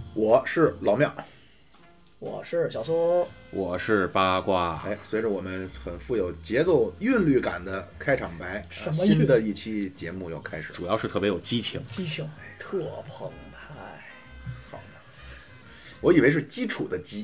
我是老庙， 我是小苏， 我是八卦。 随着我们很富有节奏韵律感的开场白，新的一期节目要开始， 主要是特别有激情， 特澎湃。 好的，我以为是基础的基。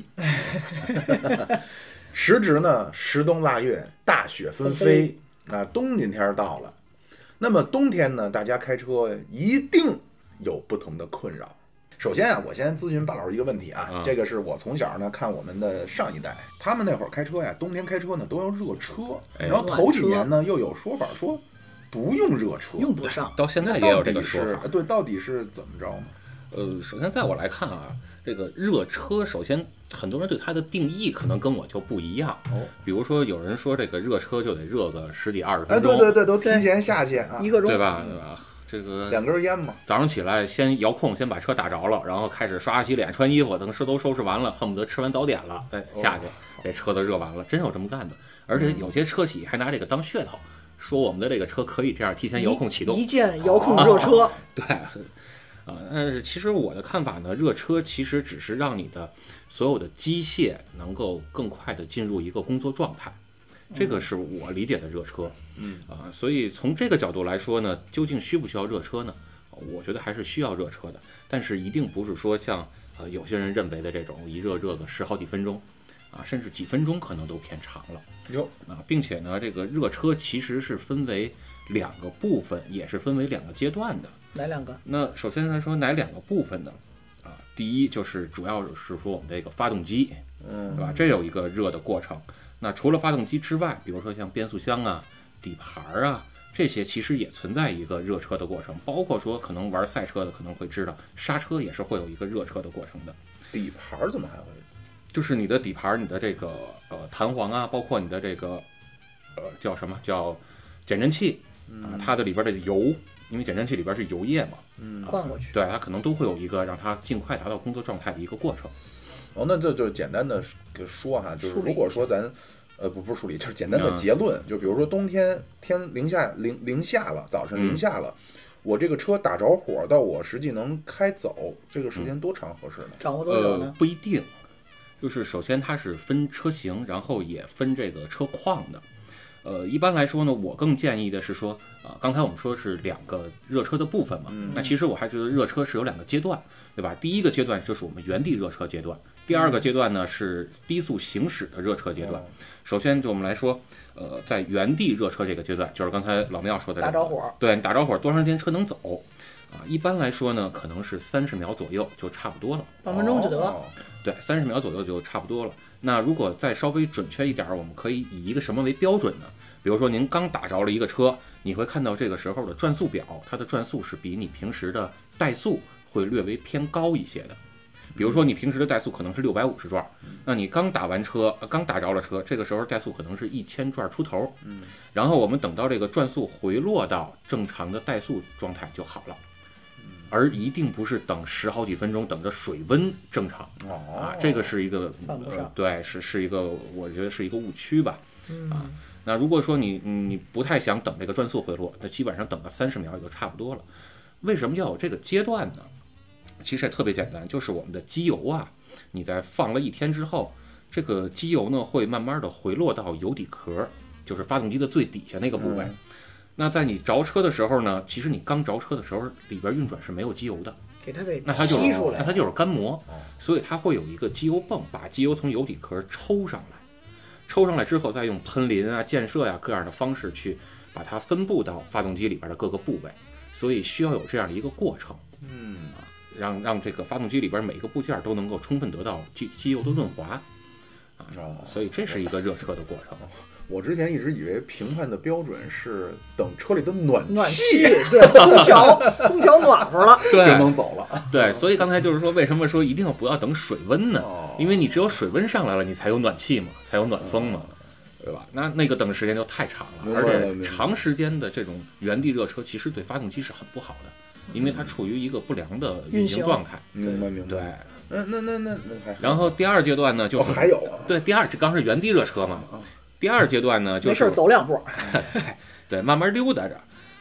时值呢时冬腊月，大雪纷飞，那冬今天到了。那么冬天呢，大家开车一定有不同的困扰。首先啊，我先咨询巴老师一个问题啊，这个是我从小呢看我们的上一代，他们那会儿开车呀，冬天开车呢都要热车，然后头几年呢又有说法说不用热车， 用不上， 到现在也有这个说法。 对，到底是怎么着呢？ 首先在我来看啊，这个热车，首先很多人对它的定义可能跟我就不一样。比如说有人说这个热车就得热个10几20分钟， 对，都提前下去啊 ，1个钟， 对吧？这个 2根烟嘛， 早上起来先遥控，先把车打着了，然后开始刷洗脸、穿衣服，等都收拾完了，恨不得吃完早点了，下去，这车都热完了，真有这么干的。而且有些车企还拿这个当噱头，说我们的这个车可以这样提前遥控启动， 一键遥控热车。 对。但是其实我的看法呢，热车其实只是让你的所有的机械能够更快的进入一个工作状态，这个是我理解的热车。所以从这个角度来说呢，究竟需不需要热车呢？我觉得还是需要热车的，但是一定不是说像有些人认为的这种一热个10好几分钟甚至几分钟可能都偏长了并且呢，这个热车其实是分为2个部分，也是分为2个阶段的。 哪2个？ 那首先来说哪2个部分呢？第一就是主要是说我们这个发动机，对吧？这有一个热的过程。那除了发动机之外，比如说像变速箱啊、底盘啊，这些其实也存在一个热车的过程。包括说可能玩赛车的可能会知道，刹车也是会有一个热车的过程的。 底盘怎么还会？ 就是你的底盘，你的这个弹簧啊，包括你的这个叫什么叫减震器它的里边的油。因为减震器里边是油液嘛， 灌过去， 对，它可能都会有一个让它尽快达到工作状态的一个过程。 那这就简单的说哈，就是如果说咱不是梳理，就是简单的结论，就比如说冬天天零下了，早晨零下了，我这个车打着火到我实际能开走，这个时间多长合适呢？ 掌握多久呢？ 不一定，就是首先它是分车型，然后也分这个车况的。一般来说呢，我更建议的是说，刚才我们说是2个热车的部分嘛，那其实我还觉得热车是有2个阶段，对吧？第一个阶段就是我们原地热车阶段，第2个阶段呢是低速行驶的热车阶段。首先就我们来说，在原地热车这个阶段，就是刚才老庙说的、打着火， 对，打着火多长时间车能走一般来说呢，可能是30秒左右就差不多了， 半分钟就得。 对，30秒左右就差不多了。那如果再稍微准确一点，我们可以以一个什么为标准呢？比如说您刚打着了一个车，你会看到这个时候的转速表，它的转速是比你平时的怠速会略微偏高一些的。比如说你平时的怠速可能是650转，那你刚打着了车，这个时候怠速可能是1000转出头，然后我们等到这个转速回落到正常的怠速状态就好了。而一定不是等10好几分钟，等着水温正常这个是一个对，是一个我觉得是一个误区吧那如果说你不太想等这个转速回落，那基本上等个30秒也就差不多了。为什么要有这个阶段呢？其实也特别简单，就是我们的机油你在放了1天之后，这个机油呢会慢慢的回落到油底壳，就是发动机的最底下那个部位。那在你着车的时候呢，其实你刚着车的时候里边运转是没有机油的， 给它给吸出来， 那它就是干膜，所以它会有一个机油泵把机油从油底壳抽上来之后，再用喷淋溅射各样的方式去把它分布到发动机里边的各个部位，所以需要有这样的一个过程，让这个发动机里边每一个部件都能够充分得到机油的润滑所以这是一个热车的过程。 我之前一直以为评判的标准是等车里的暖气对，空调暖和了就能走了。 对，所以刚才就是说，为什么说一定不要等水温呢？因为你只有水温上来了，你才有暖气嘛，才有暖风嘛，对吧？那个等时间就太长了，而且长时间的这种原地热车其实对发动机是很不好的，因为它处于一个不良的运行状态。 明白。 对。 那然后第2阶段呢，就是还有对，这刚是原地热车嘛。第2阶段呢，就是没事走2步对，慢慢溜达着。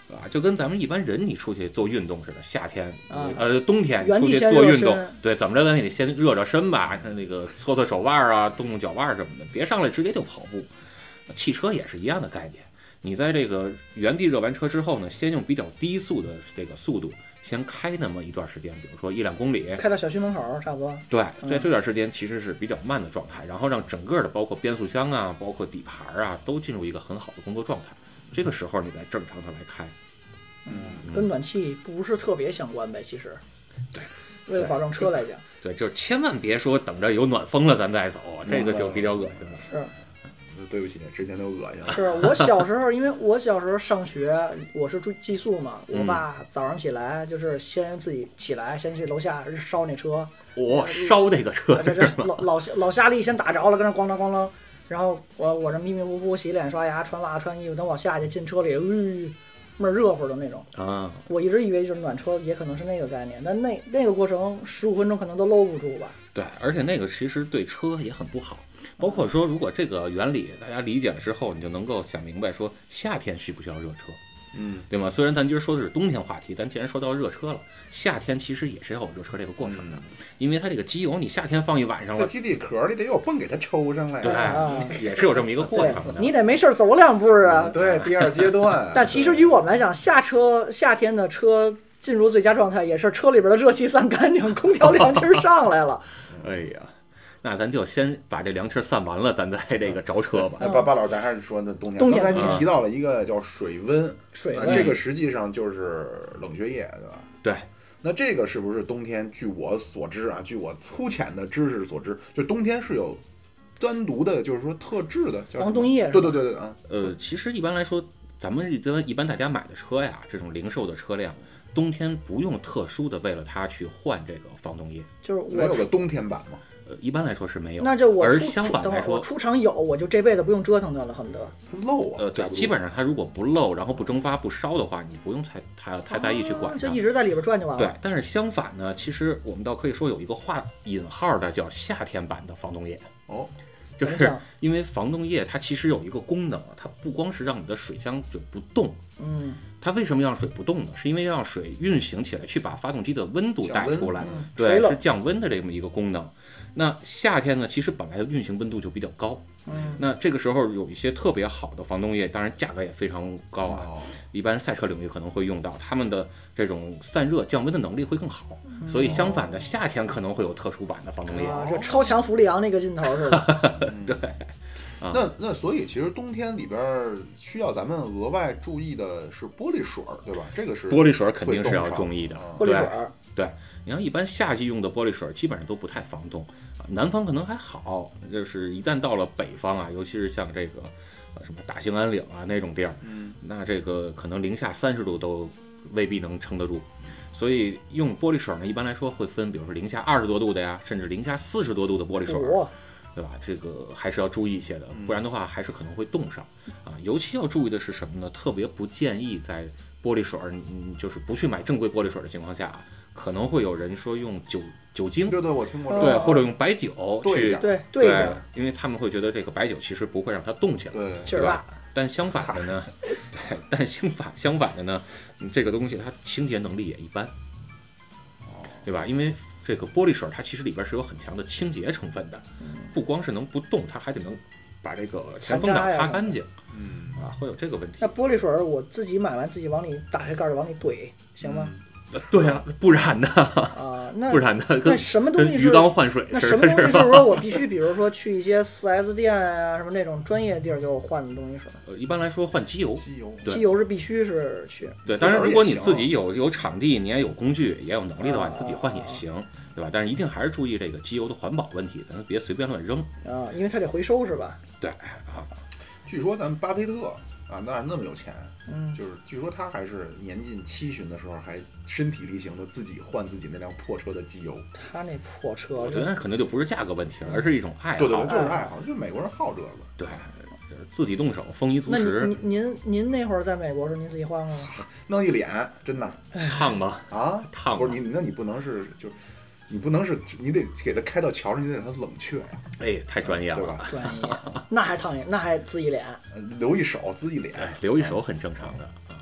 啊，就跟咱们一般人你出去做运动似的，夏天啊冬天你原地出去先热身做运动，对，怎么着咱也得先热热身吧，那个搓搓手腕啊，动动脚腕什么的，别上来直接就跑步。汽车也是一样的概念，你在这个原地热完车之后呢，先用比较低速的这个速度先开那么一段时间，比如说1-2公里， 开到小区门口差不多。 对，在这段时间其实是比较慢的状态，然后让整个的包括变速箱啊，包括底盘啊，都进入一个很好的工作状态。这个时候你再正常的来开， 跟暖气不是特别相关呗，其实。 对， 为了保证车来讲。 对，就是千万别说等着有暖风了咱再走，这个就比较恶心了。 是。 对不起，之前都恶心了。 是我小时候，因为我小时候上学，我是住寄宿嘛，我爸早上起来就是先自己起来，先去楼下烧那车。 烧这个车， 这老夏利先打着了，跟那咣当咣当，然后我这迷迷糊糊洗脸刷牙穿袜穿衣服，等我下去进车里，闷热乎的那种啊。 我一直以为就是暖车也可能是那个概念，但那个过程15分钟可能都搂不住吧。 对，而且那个其实对车也很不好。包括说，如果这个原理大家理解了之后，你就能够想明白说夏天需不需要热车，对吗？虽然咱今儿说的是冬天话题，但既然说到热车了，夏天其实也是要有热车这个过程的，因为它这个机油你夏天放一晚上了， 这基地壳里得有泵给它抽上来， 对，也是有这么一个过程的。 你得没事走2步啊。 对，第2阶段。 但其实于我们来讲，夏天的车进入最佳状态，也是车里边的热气散干净，空调凉气上来了。 哎呀。那咱就先把这凉气散完了，咱再这个着车吧。 巴老师，咱还是说那冬天。刚才您提到了一个叫水温，这个实际上就是冷却液，对吧？ 对。 那这个是不是冬天？据我所知啊，据我粗浅的知识所知，就冬天是有单独的，就是说特制的防冻液。 对啊。 其实一般来说，咱们一般大家买的车呀，这种零售的车辆，冬天不用特殊的为了它去换这个防冻液。 就是没有个冬天版吗？ 一般来说是没有， 那就而相反来说， 我出厂有，我就这辈子不用折腾它了，恨不得漏啊。 对，基本上它如果不漏，然后不蒸发、不烧的话，你不用太在意去管它， 就一直在里边转就完了。 对，但是相反呢，其实我们倒可以说有一个画引号的叫夏天版的防冻液。就是因为防冻液它其实有一个功能，它不光是让你的水箱就不动，它为什么要让水不动呢？是因为要让水运行起来，去把发动机的温度带出来，对，是降温的这么一个功能。那夏天呢，其实本来的运行温度就比较高，那这个时候有一些特别好的防冻液，当然价格也非常高啊，一般赛车领域可能会用到，他们的这种散热降温的能力会更好，所以相反的夏天可能会有特殊版的防冻液， 就超强氟利昂那个劲头似的。 对。 那所以其实冬天里边需要咱们额外注意的是玻璃水，对吧？这个是玻璃水肯定是要注意的， 玻璃水。 对，你看一般夏季用的玻璃水基本上都不太防冻，南方可能还好，就是一旦到了北方啊，尤其是像这个什么大兴安岭啊那种地儿，那这个可能-30度都未必能撑得住。所以用玻璃水呢，一般来说会分，比如说-20多度的呀，甚至-40多度的玻璃水，对吧？这个还是要注意一些的，不然的话还是可能会冻上啊。尤其要注意的是什么呢？特别不建议在玻璃水，就是不去买正规玻璃水的情况下，可能会有人说用酒精， 对，我听过， 对，或者用白酒去， 对， 因为他们会觉得这个白酒其实不会让它冻起来， 对吧？但相反的呢，相反的呢，这个东西它清洁能力也一般，对吧？因为这个玻璃水它其实里边是有很强的清洁成分的，不光是能不动，它还得能把这个前风挡擦干净，会有这个问题。 那玻璃水我自己买完自己往里打开盖就往里怼，行吗？ 对啊，不然呢？不然呢？ 那什么东西是鱼缸换水？ 那什么东西就是说我必须，比如说去一些4S 店啊，什么那种专业地儿给我换的东西水？ 一般来说换机油， 机油是必须是去。 对，当然如果你自己有场地，你也有工具，也有能力的话，你自己换也行，对吧？但是一定还是注意这个机油的环保问题，咱别随便乱扔啊，因为它得回收是吧？ 对啊， 据说咱们巴菲特啊，那么有钱，就是据说他还是年近70的时候还身体力行的自己换自己那辆破车的机油。 他那破车， 我觉得可能就不是价格问题了，而是一种爱好。 对，就是爱好，就是美国人好这个。 对，自己动手，丰衣足食。 那您那会儿在美国时候，您自己换过吗？ 弄一脸，真的烫吗？ 啊， 烫。 不是你，那你不能是就。你不能是，你得给它开到桥上，你得让它冷却呀。 哎，太专业了， 对吧？ 专业，那还烫，那还滋一脸， 留一手，滋一脸， 留一手很正常的啊。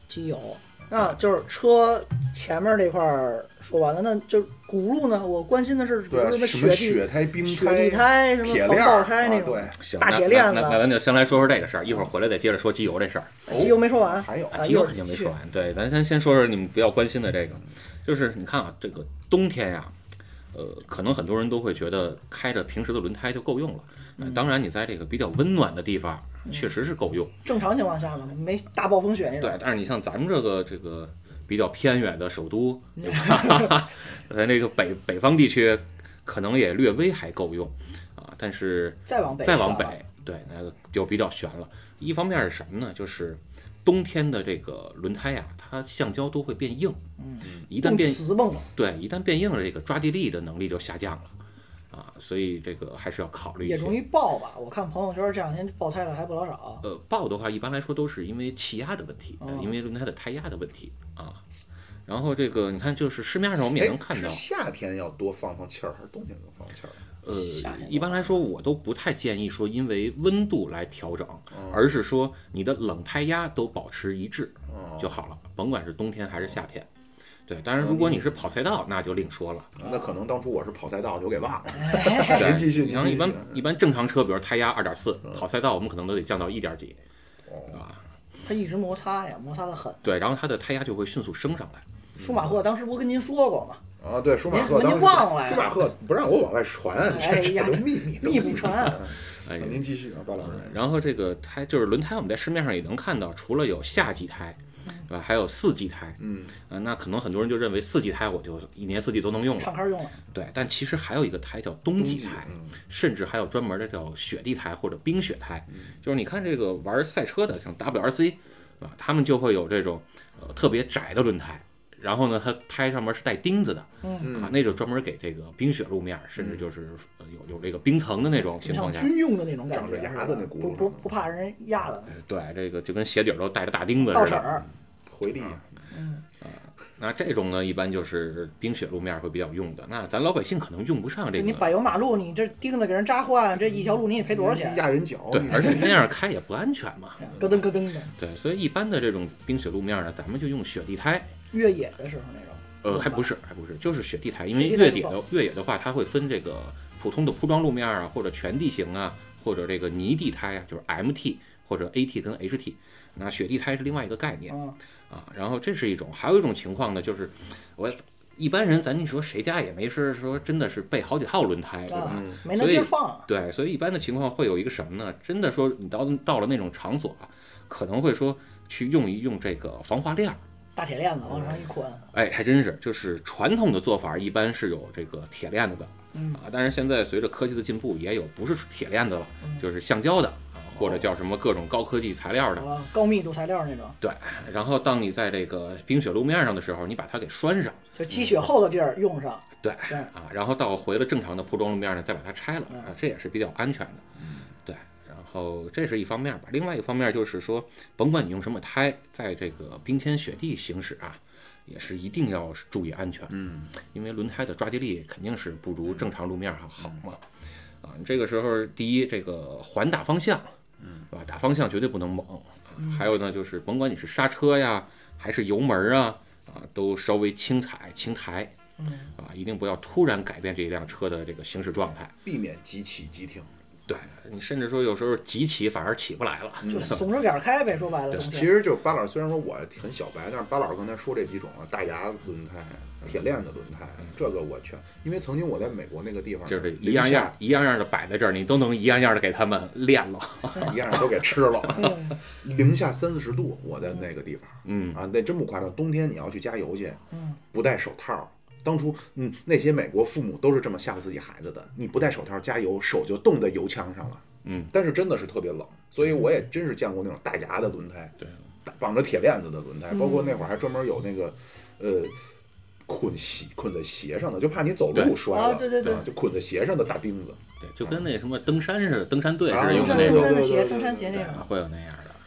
机油。那就是车前面这块儿说完了，那就轱辘呢？我关心的是，比如对， 什么雪胎、冰雪地胎、什么防铁链爆胎那种对， 行， 大铁链子。 那咱就先来说说这个事儿，一会儿回来再接着说机油这事儿。 机油没说完， 还有机油肯定没说完。对，咱先说说你们比较关心的这个，就是你看啊，这个冬天呀，可能很多人都会觉得开着平时的轮胎就够用了。当然，你在这个比较温暖的地方，确实是够用。 正常情况下嘛，没大暴风雪那种。 对，但是你像咱们这个比较偏远的首都，对吧？在那个北方地区，可能也略微还够用啊。但是再往北， 对，那个就比较悬了。一方面是什么呢？就是冬天的这个轮胎呀，它橡胶都会变硬，一旦变瓷蹦了， 对，一旦变硬了，这个抓地力的能力就下降了。所以这个还是要考虑一些。 也容易爆吧？我看朋友圈这两天爆胎了还不老少。 爆的话一般来说都是因为气压的问题，因为轮胎的胎压的问题啊。然后这个你看，就是市面上我们也能看到， 夏天要多放气儿，还是冬天多放气儿？ 一般来说我都不太建议说因为温度来调整，而是说你的冷胎压都保持一致就好了，甭管是冬天还是夏天。对，当然如果你是跑赛道，那就另说了。 那可能当初我是跑赛道就给忘了。 您继续。 你像一般正常车，比如胎压2.4，跑赛道我们可能都得降到1点几，是吧？ 它一直摩擦呀，摩擦得很。 对，然后它的胎压就会迅速升上来。 舒马赫当时不跟您说过吗？ 啊，对，舒马赫当时忘了呀。 舒马赫不让我往外传，这都密不传。 您继续啊，巴老师。 然后这个胎就是轮胎，我们在市面上也能看到，除了有夏季胎，对吧？还有4季胎。那可能很多人就认为4季胎我就1年4季都能用了， 敞开用了。 对，但其实还有一个胎叫冬季胎，甚至还有专门的叫雪地胎或者冰雪胎。就是你看这个玩赛车的，像 WRC， 啊，他们就会有这种特别窄的轮胎。然后呢，它胎上面是带钉子的，那就专门给这个冰雪路面，甚至就是有这个冰层的那种情况下， 像军用的那种感觉， 长着牙的那轱辘，不怕人压了。 对，这个就跟鞋底都带着大钉子似的， 回力。 那这种呢，一般就是冰雪路面会比较用的。那咱老百姓可能用不上这个。 你柏油马路，你这钉子给人扎坏，这一条路你得赔多少钱？ 压人脚。 对，而且那样开也不安全嘛， 咯噔咯噔的。 对，所以一般的这种冰雪路面呢，咱们就用雪地胎。 越野的时候那种？ 还不是，就是雪地胎，因为越野的话，它会分这个普通的铺装路面啊，或者全地形啊，或者这个泥地胎啊，就是 MT 或者 AT 跟 HT。那雪地胎是另外一个概念然后这是一种，还有一种情况呢，就是一般人你说谁家也没事说真的是备好几套轮胎，对吧？ 没那地儿放。 对，所以一般的情况会有一个什么呢？真的说你到了那种场所可能会说去用一用这个防滑链。 大铁链子往上一捆， 还真是，就是传统的做法一般是有这个铁链子的，但是现在随着科技的进步，也有不是铁链子了，就是橡胶的或者叫什么各种高科技材料的， 高密度材料那种。 对，然后当你在这个冰雪路面上的时候，你把它给拴上， 就积雪厚的地儿用上。 对然后到回了正常的铺装路面呢，再把它拆了这也是比较安全的。对。然后这是一方面吧，另外一方面就是说，甭管你用什么胎，在这个冰天雪地行驶也是一定要注意安全。因为轮胎的抓地力肯定是不如正常路面好嘛。这个时候第一，这个环打方向，是吧？打方向绝对不能猛。还有呢，就是甭管你是刹车呀，还是油门都稍微轻踩轻抬。一定不要突然改变这一辆车的这个行驶状态， 避免急起急停。 对，你甚至说有时候急起反而起不来了， 就怂着点开呗。说白了， 其实就巴老师虽然说我很小白，但是巴老师刚才说这几种大牙轮胎、铁链子轮胎，这个我全，因为曾经我在美国那个地方， 就是一样样的摆在这儿，你都能一样样的给他们练了， 一样都给吃了。零下30度，我在那个地方，那真不夸张。冬天你要去加油去，不戴手套。当初那些美国父母都是这么吓唬自己孩子的，你不戴手套加油，手就冻在油枪上了。但是真的是特别冷，所以我也真是见过那种大牙的轮胎， 对， 绑着铁链子的轮胎，包括那会儿还专门有那个捆在鞋上的，就怕你走路摔了， 对， 就捆在鞋上的大钉子， 对，就跟那什么登山似的，登山队似的用的那种登山鞋那种， 会有那样的。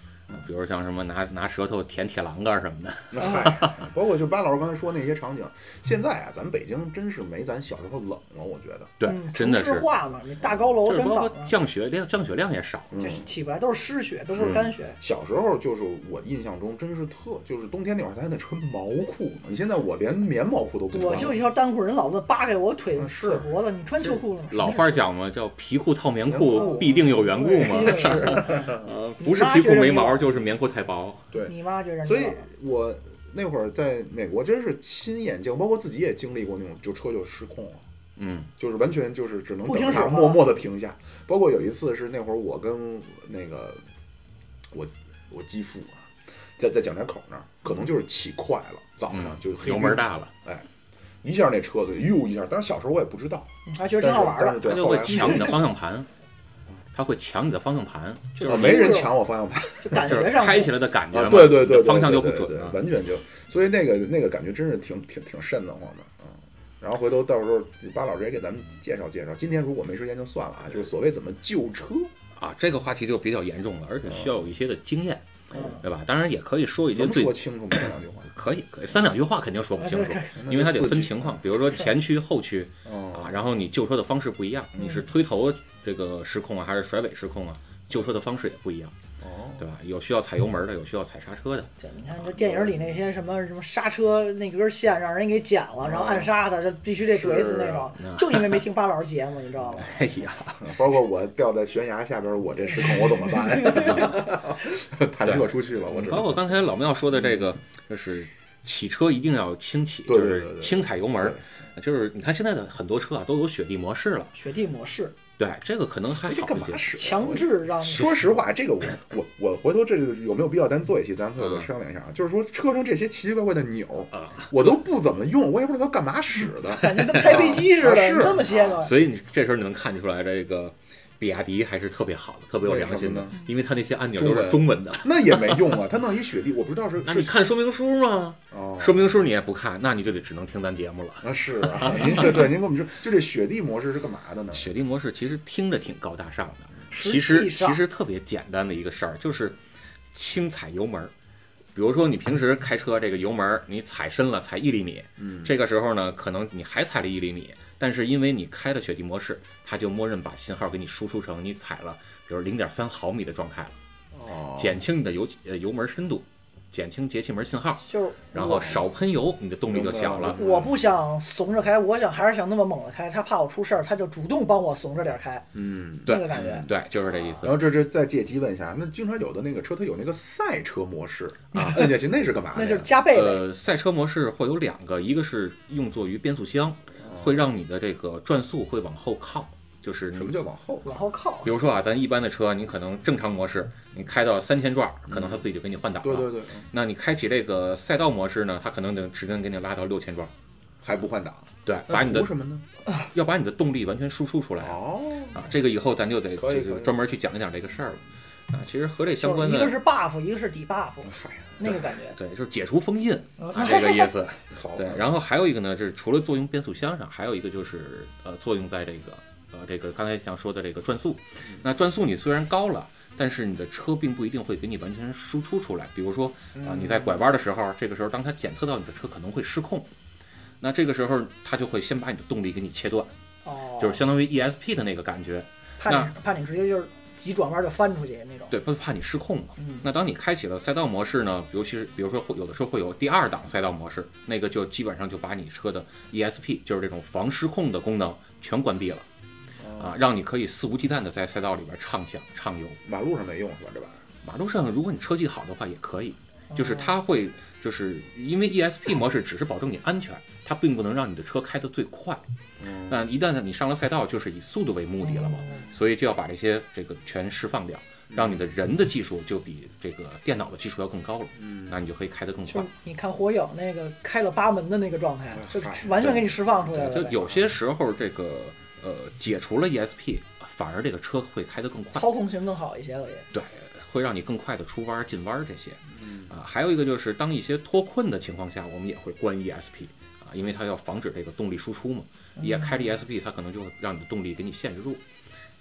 比如像什么拿舌头舔铁栏杆什么的。 嗨，包括就巴老师刚才说那些场景，现在啊，咱北京真是没咱小时候冷了，我觉得。 对，真的是。 化嘛，你大高楼就是包括全挡了， 降雪量也少， 就是起不来，都是湿雪，都是干雪。 小时候就是我印象中真是就是冬天那会儿咱还得穿毛裤呢，你现在我连棉毛裤都不穿。 我就一条单裤，人老问扒开我腿是腿脖子，你穿秋裤了吗？ 老话讲嘛，叫皮裤套棉裤，必定有缘故嘛。不是皮裤没毛，就是棉裤太薄。 对， 你妈觉得。 所以我那会儿在美国真是亲眼见，包括自己也经历过那种，就车就失控了。就是完全就是只能等它默默的停下。包括有一次是那会儿我跟那个我继父啊，在蒋家口那儿，可能就是起快了，早上就油门大了， 哎，一下那车子呦一下，但是小时候我也不知道， 还觉得挺好玩的， 他就会抢你的方向盘。他会抢你的方向盘，就是没人抢我方向盘， 就是开起来的感觉嘛， 对， 方向就不准了， 完全就，所以那个感觉真是挺瘆得慌的啊。然后回头到时候巴老师也给咱们介绍介绍，今天如果没时间就算了啊，就是所谓怎么救车啊，这个话题就比较严重了，而且需要有一些的经验，对吧？当然也可以说一些最说清楚3-2句话， 可以3-2句话肯定说不清楚，因为它得分情况，比如说前驱后驱啊，然后你救车的方式不一样，你是推头这个失控啊，还是甩尾失控啊？救车的方式也不一样，对吧？有需要踩油门的，有需要踩刹车的。 对，你看这电影里那些什么刹车那根线让人给剪了，然后暗杀他，这必须得怼死那种。就因为没听巴老师节目，你知道吗？ 哎呀， 包括我掉在悬崖下边，我这失控我怎么办？弹射出去了，我包括刚才老庙说的这个，就是起车一定要轻起，就是轻踩油门。就是你看现在的很多车啊都有雪地模式了， 雪地模式。 对，这个可能还好一些。 强制让你。 说实话，这个我回头这个有没有必要咱做一期，咱们商量一下啊。就是说车上这些奇奇怪怪的钮我都不怎么用，我也不知道它干嘛使的， 感觉跟开飞机似的，是那么些个。 所以你这时候你能看出来这个。比亚迪还是特别好的，特别有良心的，因为它那些按钮都是中文的， 那也没用啊。它弄一雪地，我不知道是。 那你看说明书吗？说明书你也不看，那你就只能听咱节目了。 啊，是啊，您对您跟我们说，就这雪地模式是干嘛的呢？ 雪地模式其实听着挺高大上的，其实特别简单的一个事儿，就是轻踩油门。比如说你平时开车这个油门你踩深了，踩1厘米，这个时候呢，可能你还踩了1厘米。但是因为你开了雪地模式，它就默认把信号给你输出成你踩了，比如0.3毫米的状态了，减轻你的油门深度，减轻节气门信号，然后少喷油，你的动力就小了。 我不想怂着开，我还是想那么猛的开，他怕我出事儿，他就主动帮我怂着点开， 对， 那个感觉， 对，就是这意思。 然后这再借机问一下，那经常有的那个车它有那个赛车模式啊，摁下去那是干嘛的？ 那就是加倍。 赛车模式会有2个，一个是用作于变速箱。会让你的这个转速会往后靠，就是什么叫往后靠？ 比如说啊，咱一般的车，你可能正常模式，你开到3000转，可能它自己就给你换挡了。 对。 那你开启这个赛道模式呢，它可能只能给你拉到6000转， 还不换挡。 对，把你的什么呢？ 要把你的动力完全输出出来。这个以后咱就得这个专门去讲一讲这个事儿了。其实和这相关的一个是 buff， 一个是底 buff，那个感觉。 对，就是解除封印这个意思。对，然后还有一个呢，是除了作用变速箱上，还有一个就是作用在这个刚才想说的这个转速。那转速你虽然高了，但是你的车并不一定会给你完全输出出来。比如说你在拐弯的时候，这个时候当它检测到你的车可能会失控，那这个时候它就会先把你的动力给你切断，就是相当于 ESP 的那个感觉。 怕你直接就是急转弯就翻出去那种。 对，怕你失控嘛。那当你开启了赛道模式呢，比如说有的时候会有第2档赛道模式，那个就基本上就把你车的 ESP， 就是这种防失控的功能全关闭了，让你可以肆无忌惮的在赛道里边畅想畅游。 马路上没用是吧？这玩意儿？ 马路上如果你车技好的话也可以，就是它会就是因为 ESP 模式只是保证你安全，它并不能让你的车开得最快。但一旦你上了赛道，就是以速度为目的了嘛，所以就要把这个全释放掉，让你的人的技术就比这个电脑的技术要更高了。那你就可以开得更快。 你看火影那个开了8门的那个状态，就完全给你释放出来了。 就有些时候这个解除了 ESP， 反而这个车会开得更快， 操控性更好一些了也。 对，会让你更快的出弯、进弯这些。还有一个就是当一些脱困的情况下，我们也会关 ESP。因为它要防止这个动力输出嘛，也开了 ESP， 它可能就会让你的动力给你限制住。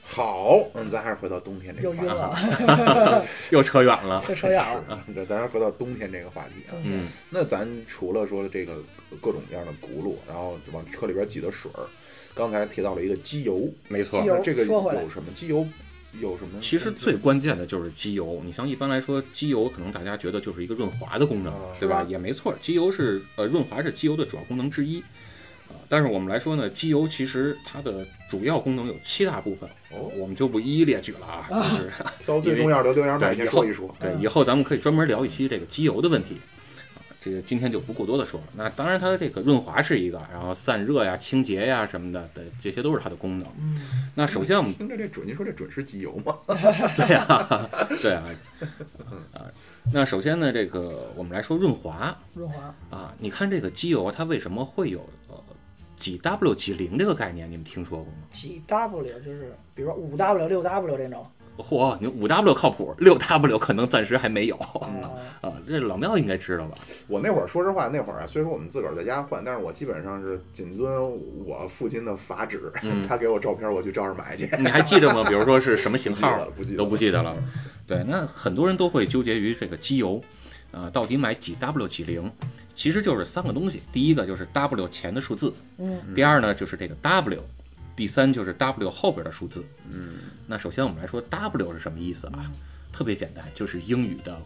好，咱还是回到冬天这个又晕话题。 了， 又扯远了。 这扯远了。 咱还是回到冬天这个话题啊。那咱除了说这个各种各样的轱辘，然后往车里边挤的水儿，刚才提到了一个机油， 没错。 那这个说回来有什么机油？有什么？ 其实最关键的就是机油。你像一般来说，机油可能大家觉得就是一个润滑的功能，对吧？也没错，机油是润滑是机油的主要功能之一。但是我们来说呢，机油其实它的主要功能有7大部分，我们就不一一列举了啊。就是到最重要的6样板先说一说。 对，以后咱们可以专门聊一期这个机油的问题。这个今天就不过多的说了。那当然，它这个润滑是一个，然后散热呀、清洁呀什么的，对，这些都是它的功能。那首先我们听着这准，您说这准是机油吗？ 对呀，对啊，那首先呢，这个我们来说润滑啊，你看这个机油它为什么会有几 W 几零这个概念？你们听说过吗？ 几 W 就是比如说5 W 6 W 这种。 嚯，你5W 靠谱，6W 可能暂时还没有这老庙应该知道吧？ 我那会儿说实话，那会儿啊，虽说我们自个儿在家换，但是我基本上是谨遵我父亲的法旨，他给我照片，我去照着买去。 你还记得吗？比如说是什么型号？都不记得了。 嗯对，那很多人都会纠结于这个机油，到底买几 W 几零？其实就是3个东西，第一个就是 W 前的数字，第二呢就是这个 W， 第三就是 W 后边的数字。那首先我们来说 W 是什么意思啊？特别简单，就是英语的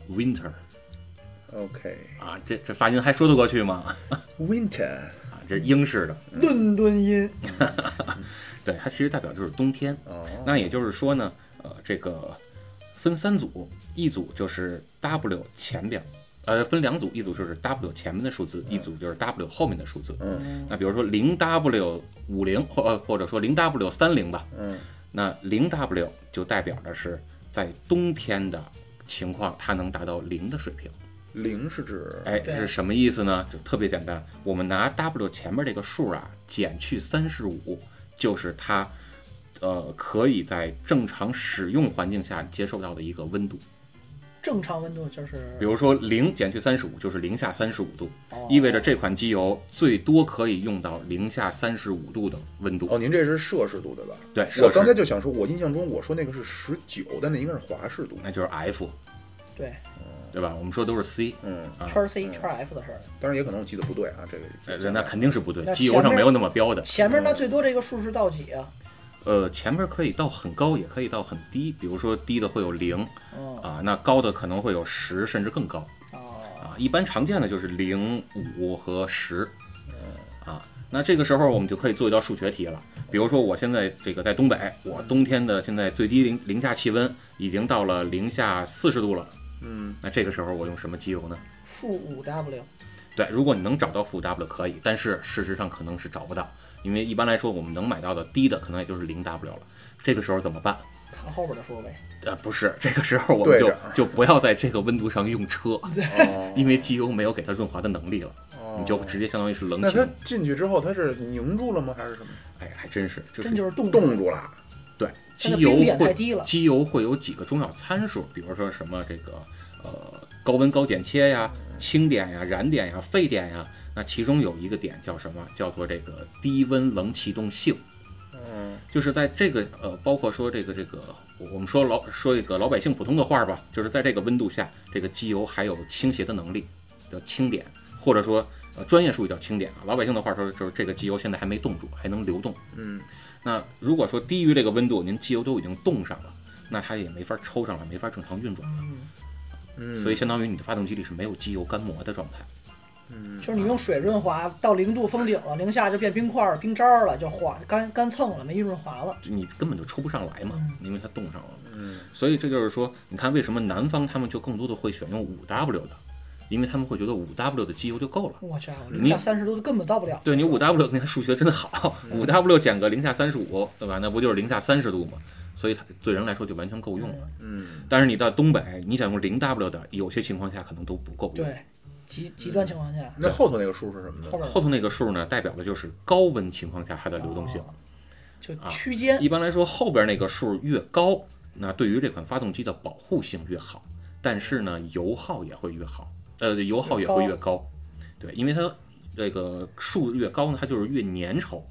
winter。OK 啊，这发音还说得过去吗 ？Winter 啊，这英式的伦敦音。 对，它其实代表就是冬天。那也就是说呢，这个分3组，一组就是 W 前边。分2组，一组就是 W 前面的数字，一组就是 W 后面的数字。那比如说 0W50 或者说 0W30 吧。那 0W 就代表的是在冬天的情况，它能达到0的水平。 0是指是什么意思呢？就特别简单，我们拿 W 前面这个数啊，减去35，就是它可以在正常使用环境下接受到的一个温度。 正常温度就是， 比如说0减去35就是零下35度，意味着这款机油最多可以用到零下35度的温度。 您这是摄氏度对吧？ 对， 我刚才就想说，我印象中我说那个是19，但那应该是华氏度， 那就是 F。对吧？我们说都是 C， 圈 C 圈 F 的事儿。 当然也可能我记得不对啊，这个那肯定是不对，机油上没有那么标的。 前面那最多这个数是到几啊？ 前面可以到很高，也可以到很低。比如说低的会有0，那高的可能会有10，甚至更高。一般常见的就是0、5和10。那这个时候我们就可以做一道数学题了。比如说我现在这个在东北，我冬天的现在最低零下气温已经到了零下40度了。那这个时候我用什么机油呢？ 负5W。 对，如果你能找到负 W 可以，但是事实上可能是找不到。因为一般来说，我们能买到的低的可能也就是0W 了。这个时候怎么办？ 看后边的数呗。 不是，这个时候我们就不要在这个温度上用车，因为机油没有给它润滑的能力了，你就直接相当于是冷清。 那它进去之后，它是凝住了吗？还是什么？ 还真是， 就是冻住了。 对，机油会有几个重要参数，比如说什么这个高温高剪切呀、清点呀、燃点呀、沸点呀。那其中有一个点叫什么？叫做这个低温冷启动性。就是在这个包括说这个我们说一个老百姓普通的话吧，就是在这个温度下，这个机油还有倾斜的能力，叫清点，或者说专业术语叫清点啊。老百姓的话说就是这个机油现在还没冻住，还能流动。那如果说低于这个温度，您机油都已经冻上了，那它也没法抽上了，没法正常运转了。所以相当于你的发动机里是没有机油干磨的状态。 就是你用水润滑到0度封顶了，零下就变冰块冰渣了，就滑干蹭了，没润滑了， 你根本就抽不上来嘛，因为它冻上了。所以这就是说，你看为什么南方他们就更多的会选用5W 的，因为他们会觉得5W 的机油就够了。 我家伙，零下30度根本到不了。 对，你5W 那数学真好，5W 减个零下35，对吧？那不就是零下30度吗？所以它对人来说就完全够用了。但是你到东北，你想用0W 的，有些情况下可能都不够用。 对。极端情况下， 那后头那个数是什么呢？ 后头那个数呢，代表的就是高温情况下它的流动性， 就区间。 一般来说，后边那个数越高，那对于这款发动机的保护性越好，但是呢，油耗也会越好，油耗也会越高。对，因为它这个数越高呢，它就是越粘稠。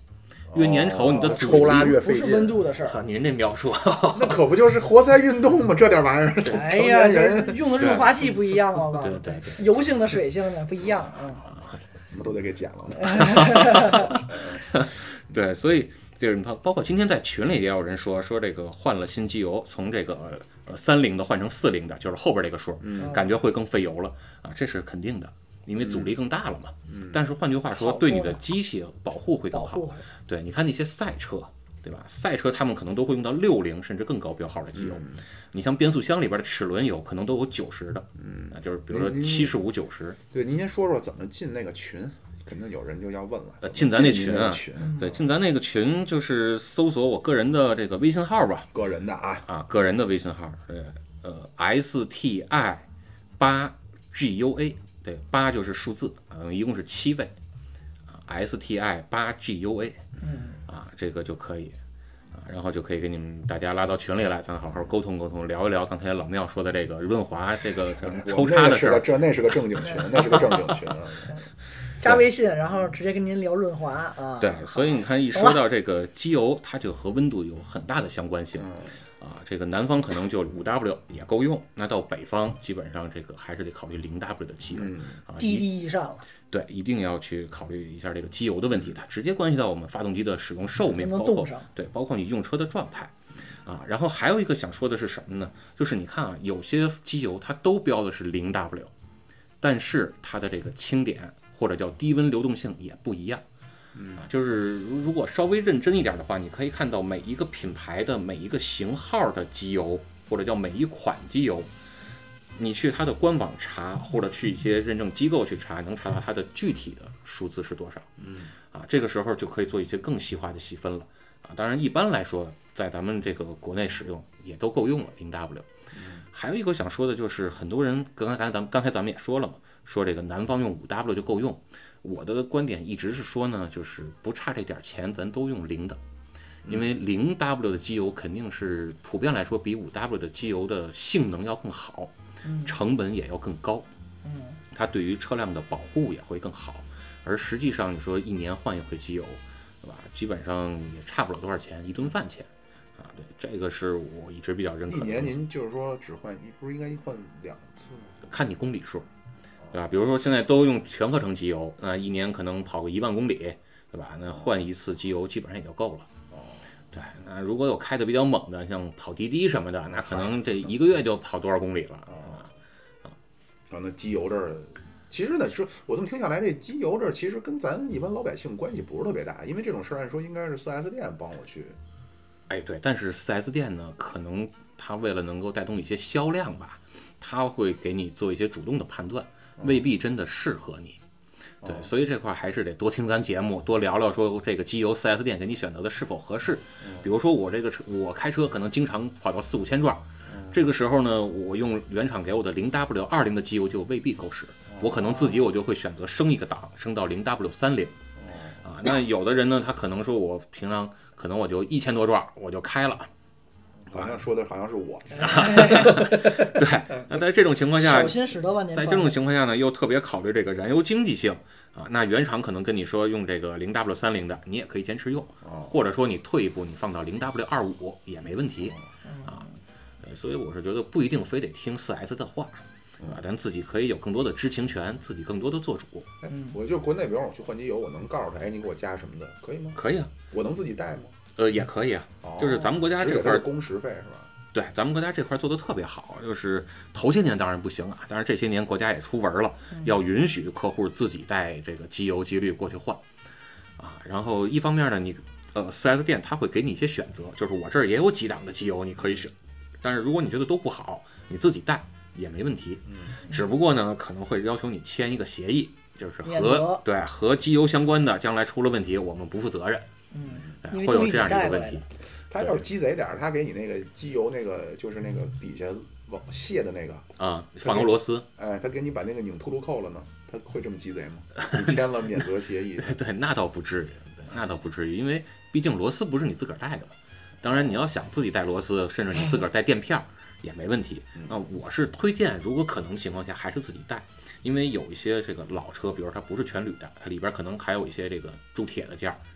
越粘稠，你的阻抽拉力不是越费劲。 温度的事儿。 呵，您这描述， 那可不就是活塞运动吗？这点玩意儿，成哎呀， 年人这用的润滑剂不一样了吧？ 对对对， 油性的、水性的不一样。 我们都得给剪了。 对，所以就是你看，包括今天在群里也有人说这个换了新机油，从这个30的换成40的，就是后边这个数，感觉会更费油了啊，这是肯定的，因为阻力更大了嘛。但是换句话说，对你的机械保护会更好。对，你看那些赛车，对吧？赛车他们可能都会用到60甚至更高标号的机油。你像变速箱里边的齿轮油可能都有90的，啊，就是比如说75、90。 对，您先说说怎么进那个群，肯定有人就要问了。 进咱那群啊，对，进咱那个群就是搜索我个人的这个微信号吧， 个人的啊， 个人的微信号，STI8GUA，对，8就是数字，一共是7位，STI8GUA，这个就可以。然后就可以给你们大家拉到群里来，咱好好沟通沟通，聊一聊刚才老庙说的这个润滑这个抽插的事儿。 那是个正经群，那是个正经群啊。 加微信，然后直接跟您聊润滑啊。 对，所以你看，一说到这个机油，它就和温度有很大的相关性。这个南方可能就5W 也够用，那到北方基本上这个还是得考虑0W 的机油滴以上了。 对，一定要去考虑一下这个机油的问题，它直接关系到我们发动机的使用寿命，包括你用车的状态然后还有一个想说的是什么呢？就是你看有些机油它都标的是0W，但是它的这个清点或者叫低温流动性也不一样。就是如果稍微认真一点的话，你可以看到每一个品牌的每一个型号的机油，或者叫每一款机油，你去它的官网查，或者去一些认证机构去查，能查到它的具体的数字是多少。这个时候就可以做一些更细化的细分了。当然一般来说，在咱们这个国内使用也都够用了0W。还有一个想说的就是，很多人刚才咱们也说了嘛，说这个南方用5W 就够用。我的观点一直是说呢，就是不差这点钱，咱都用0的，因为0W 的机油肯定是普遍来说比5W 的机油的性能要更好，成本也要更高，它对于车辆的保护也会更好。而实际上你说1年换一回机油，对吧？基本上也差不了多少钱，一顿饭钱对，这个是我一直比较认可的。 1年您就是说只换不是应该换2次吗？ 看你公里数。对吧？比如说现在都用全合成机油，那1年可能跑个1万公里，对吧？那换一次机油基本上也就够了。对，那如果有开的比较猛的，像跑滴滴什么的，那可能这1个月就跑多少公里了那机油这儿，其实呢，说我这么听下来，这机油这儿其实跟咱一般老百姓关系不是特别大，因为这种事儿按说应该是4S店帮我去。 对，但是4S店呢，可能他为了能够带动一些销量吧，他会给你做一些主动的判断。未必真的适合你，对，所以这块还是得多听咱节目，多聊聊说这个机油 4S 店给你选择的是否合适。比如说我开车可能经常跑到4、5千转，这个时候呢，我用原厂给我的0W20的机油就未必够使，我可能自己我就会选择升一个档，升到0W30。那有的人呢，他可能说我平常可能我就1000多转我就开了。 好像说的好像是我。 对，那在这种情况下， 小心驶得万年船。 在这种情况下呢，又特别考虑这个燃油经济性那原厂可能跟你说用这个0W30的，你也可以坚持用，或者说你退一步，你放到0W25也没问题所以我是觉得不一定非得听4S 的话，咱自己可以有更多的知情权，自己更多的做主。 我就国内，比如我去换机油，我能告诉他，你给我加什么的，可以吗？ 可以啊， 我能自己带吗？ 也可以啊，就是咱们国家这块工时费是吧？ 对，咱们国家这块做的特别好，就是头些年当然不行但是这些年国家也出文了，要允许客户自己带这个机油机滤过去换然后一方面呢，你4S 店他会给你一些选择，就是我这儿也有几档的机油你可以选，但是如果你觉得都不好，你自己带也没问题。只不过呢，可能会要求你签一个协议，就是和机油相关的，将来出了问题我们不负责任。会有这样的一个问题。 他要是鸡贼点儿，他给你那个机油那个就是那个底下往卸的那个放个螺丝， 他给你把那个拧秃噜扣了呢，他会这么鸡贼吗？你签了免责协议？ 对，那倒不至于，那倒不至于，因为毕竟螺丝不是你自个儿带的。当然，你要想自己带螺丝，甚至你自个儿带垫片也没问题。那我是推荐，如果可能情况下，还是自己带，因为有一些这个老车，比如它不是全铝的，它里边可能还有一些这个铸铁的件儿。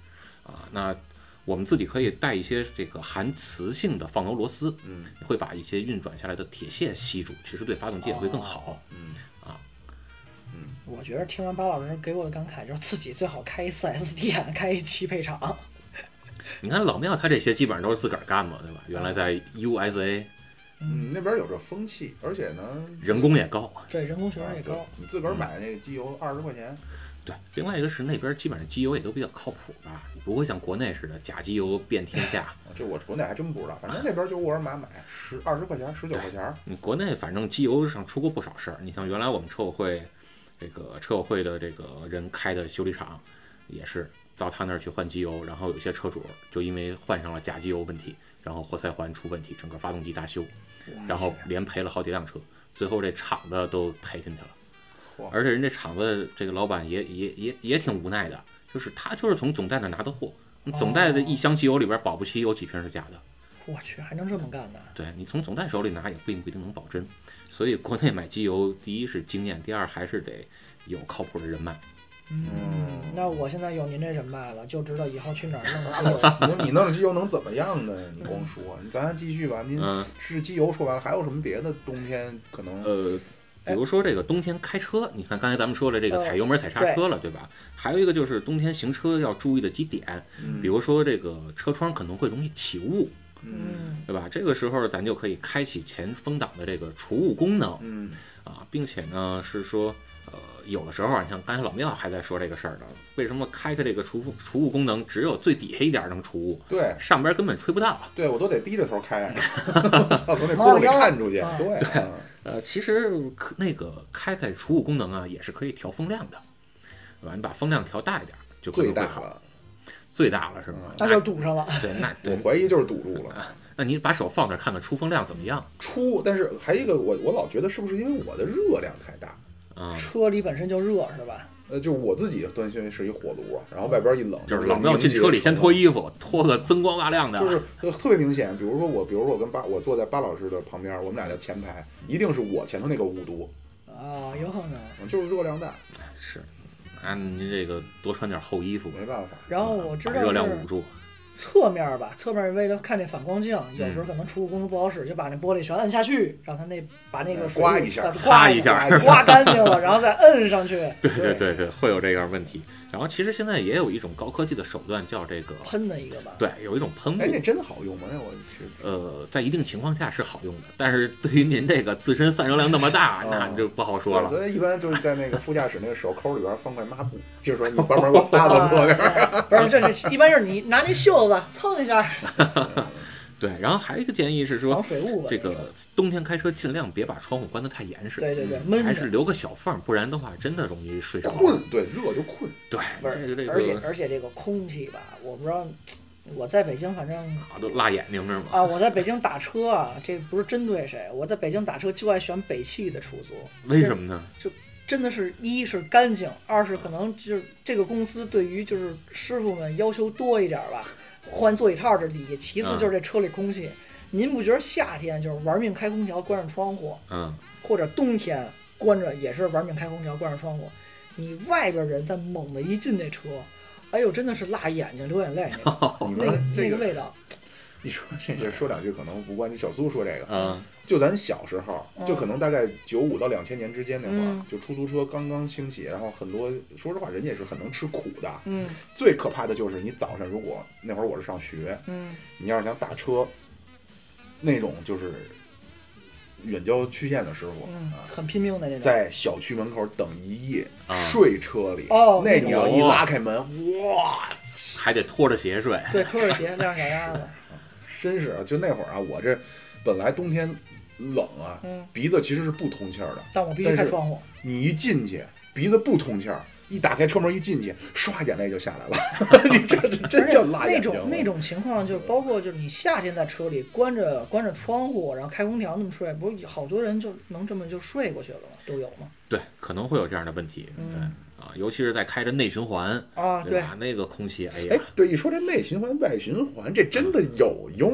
那我们自己可以带一些这个含磁性的放油螺丝，会把一些运转下来的铁屑吸住，其实对发动机也会更好。 我觉得听完巴老师给我的感慨，就是自己最好开一 4S 店，开一汽配厂。 你看老庙他这些基本上都是自个儿干嘛，对吧？原来在 USA， 那边有这风气，而且呢， 人工也高。 对，人工确实也高。 你自个儿买那个机油20块钱。 对，另外一个是那边基本上机油也都比较靠谱吧，你不会像国内似的假机油遍天下。 这我国内还真不知道，反正那边就沃尔玛买20块钱、19块钱。 你国内反正机油上出过不少事儿，你像原来我们车友会的这个人开的修理厂，也是到他那儿去换机油，然后有些车主就因为换上了假机油问题，然后活塞环出问题，整个发动机大修，然后连赔了好几辆车，最后这厂子都赔进去了。而且人这厂子这个老板也挺无奈的，就是他就是从总代那拿的货，总代的一箱机油里边保不齐有几瓶是假的。 我去，还能这么干呢？ 对，你从总代手里拿也并不一定能保真，所以国内买机油，第一是经验，第二还是得有靠谱的人脉。 那我现在有您这人脉了，就知道以后去哪儿弄机油。 你弄机油能怎么样呢？你光说，咱继续吧。您是机油说完了，还有什么别的？冬天可能比如说这个冬天开车，你看刚才咱们说了这个踩油门踩刹车了，对吧？还有一个就是冬天行车要注意的几点，比如说这个车窗可能会容易起雾，对吧？这个时候咱就可以开启前风挡的这个除雾功能，并且呢是说，有的时候你像刚才老庙还在说这个事儿呢，为什么开这个除雾功能只有最底下一点能除雾， 对， 上边根本吹不到， 对我都得低着头开，从那沟里看出去，对。 其实那个开除雾功能啊，也是可以调风量的，对吧？你把风量调大一点，就可能会好。最大了是吗？ 那就堵上了。 对，那我怀疑就是堵住了。 那你把手放那看看出风量怎么样？ 但是还有一个，我老觉得是不是因为我的热量太大？ 车里本身就热是吧？ 就我自己端心是一火炉，然后外边一冷， 就是老庙进车里先脱衣服，脱个锃光瓦亮的， 就是特别明显。比如说我跟我坐在巴老师的旁边，我们俩在前排，一定是我前头那个5度有可能就是热量大。 是，您这个多穿点厚衣服， 没办法。 然后我知道热量捂住。 侧面为了看那反光镜，有时候可能除雾功能不好使，就把那玻璃全摁下去，让它把那个刮一下， 刮干净了，然后再摁上去。 对，会有这样问题。然后其实现在也有一种高科技的手段，叫这个喷的一个吧。 对，有一种喷雾。 那真的好用吗？那我其实在一定情况下是好用的，但是对于您这个自身散热量那么大，那就不好说了。 所以一般就是在那个副驾驶那个手抠里边放块抹布，就是说你专门给我擦到侧面。 不是，这是一般就是你拿那袖子蹭一下。 对，然后还有一个建议是说， 防水雾吧。 这个冬天开车尽量别把窗户关得太严实， 对， 还是留个小缝，不然的话真的容易睡着。 困，对，热就困。 对， 而且这个空气吧，我不知道，我在北京反正都辣眼睛是吗？ 我在北京打车这不是针对谁，我在北京打车就爱选北汽的出租。 为什么呢？ 就真的是一是干净，二是可能就是这个公司对于就是师傅们要求多一点吧。换座椅套这第一，其次就是这车里空气。您不觉得夏天就是玩命开空调关上窗户，或者冬天关着也是玩命开空调关上窗户，你外边人再猛的一进那车，哎呦真的是辣眼睛流眼泪那个味道。 你说这说两句可能不关你小苏说这个，就咱小时候，就可能大概95到2000年之间那会儿，就出租车刚刚兴起，然后很多说实话人家也是很能吃苦的，最可怕的就是你早上如果那会儿我是上学，你要是想打车，那种就是远郊区县的师傅， 很拼命的那种， 在小区门口等一夜，睡车里，那你要一拉开门，哇， 还得拖着鞋睡， 对，拖着鞋晾脚丫子。 真是，就那会儿我这本来冬天冷鼻子其实是不通气儿的， 但我必须开窗户。 你一进去，鼻子不通气儿，一打开车门一进去，唰眼泪就下来了。你这真叫辣眼睛。 那种情况就包括就是你夏天在车里关着窗户，然后开空调那么睡，不是好多人就能这么就睡过去了吗？都有吗？ 对，可能会有这样的问题。尤其是在开着内循环对吧？那个空气，哎呀， 对，一说这内循环、外循环，这真的有用吗？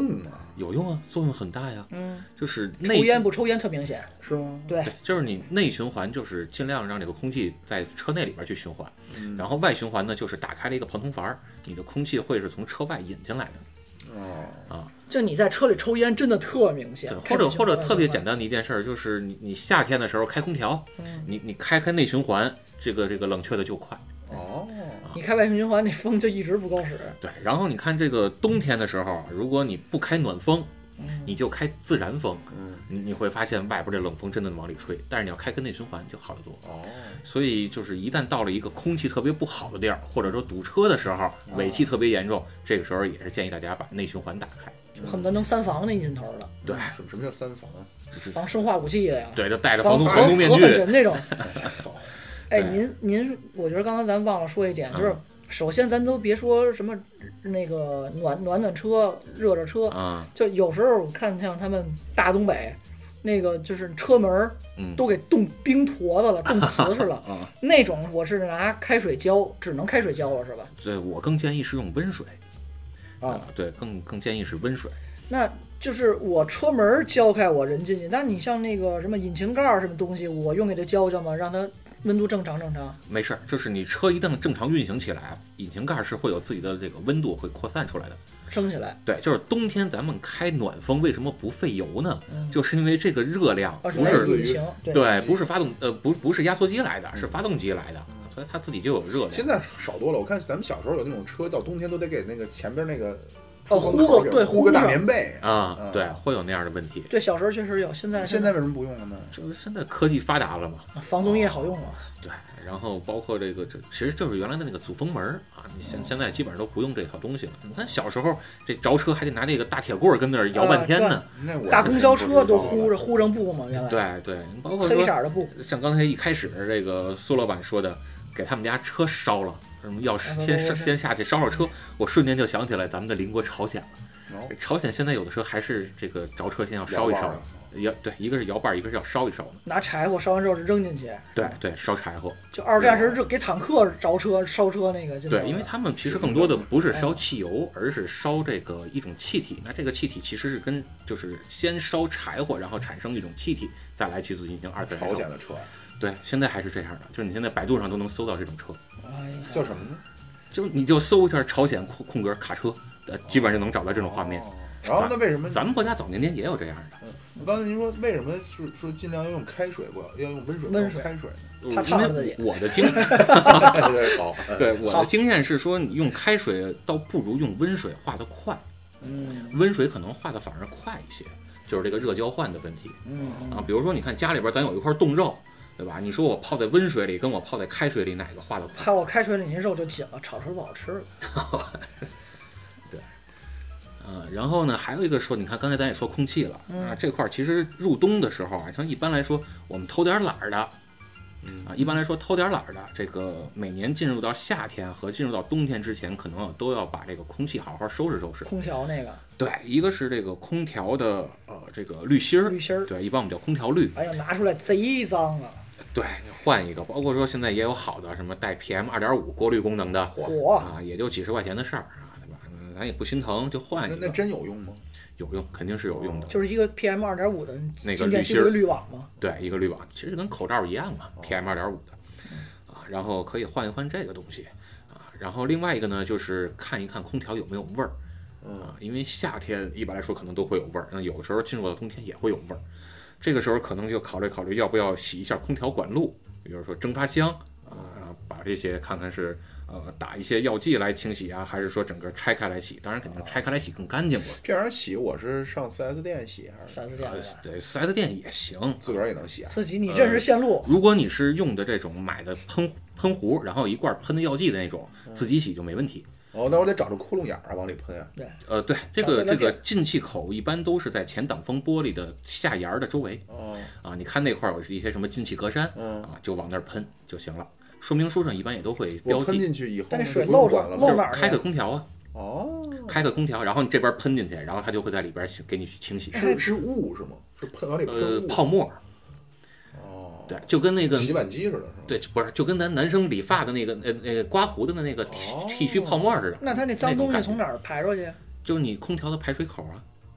有用啊，作用很大呀。就是抽烟不抽烟特明显， 是吗？ 对， 就是你内循环就是尽量让这个空气在车内里边去循环，然后外循环呢就是打开了一个旁通阀，你的空气会是从车外引进来的。 就你在车里抽烟真的特明显。 或者特别简单的一件事就是你夏天的时候开空调，你开内循环，这个冷却的就快。 你开外循环那风就一直不够使。 对，然后你看这个冬天的时候，如果你不开暖风，你就开自然风，你会发现外边这冷风真的往里吹，但是你要开个内循环就好得多。所以就是一旦到了一个空气特别不好的地儿，或者说堵车的时候，尾气特别严重，这个时候也是建议大家把内循环打开。 恨不得能3防那劲头了。 对， 什么叫3防啊？ 防生化武器的呀。 对，就戴着防毒面具。 核粉尘那种。哎，您，我觉得刚刚咱忘了说一点，就是首先咱都别说什么那个暖车、热车就有时候我看像他们大东北那个就是车门都给冻冰坨子了，冻瓷实了。那种我是拿开水浇，只能开水浇了是吧？ 对，我更建议是用温水。对，更建议是温水。 那就是我车门浇开，我人进去。那你像那个什么引擎盖什么东西，我用给它浇浇吗？让它温度正常。 没事，就是你车一旦正常运行起来，引擎盖是会有自己的这个温度会扩散出来的， 升起来。 对，就是冬天咱们开暖风为什么不费油呢？就是因为这个热量不是引擎， 对，不是发动不是压缩机来的，是发动机来的，所以它自己就有热量。 现在少多了，我看咱们小时候有那种车，到冬天都得给那个前边那个糊个大棉被对，会有那样的问题。 对，小时候确实有，现在为什么不用了呢？ 就是现在科技发达了嘛， 防冻液好用了。 对，然后包括这其实就是原来的那个阻风门你现在基本上都不用这套东西了。你看小时候这着车还得拿那个大铁棍跟那儿摇半天呢， 大公交车都糊上布嘛，原来。 对，包括黑色的布， 像刚才一开始这个苏老板说的，给他们家车烧了。什么要先下去烧车，我瞬间就想起来咱们的邻国朝鲜了。朝鲜现在有的车还是这个着车先要烧一烧，对，一个是摇把，一个是要烧一烧， 拿柴火烧完之后是扔进去。 对，烧柴火。 就二战时给坦克着车烧车那个。 对，因为他们其实更多的不是烧汽油，而是烧这个一种气体。那这个气体其实是就是先烧柴火，然后产生一种气体，再来去进行二次燃烧。 朝鲜的车。 对，现在还是这样的，就是你现在百度上都能搜到这种车。 叫什么呢？ 就你就搜一下朝鲜空格卡车，基本上能找到这种画面。 然后那为什么咱们国家早年间也有这样的？ 我刚才您说为什么说尽量要用开水，要用温水开水呢？ 他烫着自己。 我的经对我的经验是说，你用开水倒不如用温水化得快。温水可能化得反而快一些，就是这个热交换的问题。比如说你看家里边咱有一块冻肉。对吧？你说我泡在温水里，跟我泡在开水里，哪个化得快？ 泡我开水里，那肉就紧了，炒出来不好吃了。 对，然后呢，还有一个说，你看刚才咱也说空气了，这块其实入冬的时候像一般来说，我们偷点懒的，一般来说偷点懒的，这个每年进入到夏天和进入到冬天之前，可能都要把这个空气好好收拾收拾。 空调那个。 对，一个是这个空调的这个滤芯儿，对，一般我们叫空调滤。 哎呀，拿出来贼脏啊！ 对，换一个，包括说现在也有好的什么带 PM2.5 过滤功能的，也就几十块钱的事儿对吧？咱也不心疼，就换一个。 那真有用吗？ 有用，肯定是有用的。 就是一个 PM2.5 的那个滤芯儿， 滤网嘛。 对，一个滤网，其实跟口罩一样嘛，PM2.5 的然后可以换一换这个东西然后另外一个呢，就是看一看空调有没有味儿因为夏天一般来说可能都会有味儿，那有的时候进入到冬天也会有味儿。这个时候可能就考虑要不要洗一下空调管路，比如说蒸发箱把这些看看是打一些药剂来清洗还是说整个拆开来洗？当然肯定拆开来洗更干净了。 这样洗我是上 4S 店洗还是 ？4S 店对，4S 店也行， 自个儿也能洗自己你认识线路。 如果你是用的这种买的喷壶，然后一罐喷的药剂的那种，自己洗就没问题。 那我得找着窟窿眼往里喷对， 对，这个进气口一般都是在前挡风玻璃的下沿的周围。你看那块有一些什么进气格栅就往那儿喷就行了。说明书上一般也都会标记。 喷进去以后， 但水漏哪儿？ 开个空调开个空调，然后你这边喷进去，然后它就会在里边给你去清洗。 是雾是吗？是喷往里喷雾？ 泡沫。对，就跟那个洗碗机似的，是吧？ 对，不是，就跟咱男生理发的那个刮胡子的那个剃须泡沫似的。 那它那脏东西从哪儿排出去？ 就是你空调的排水口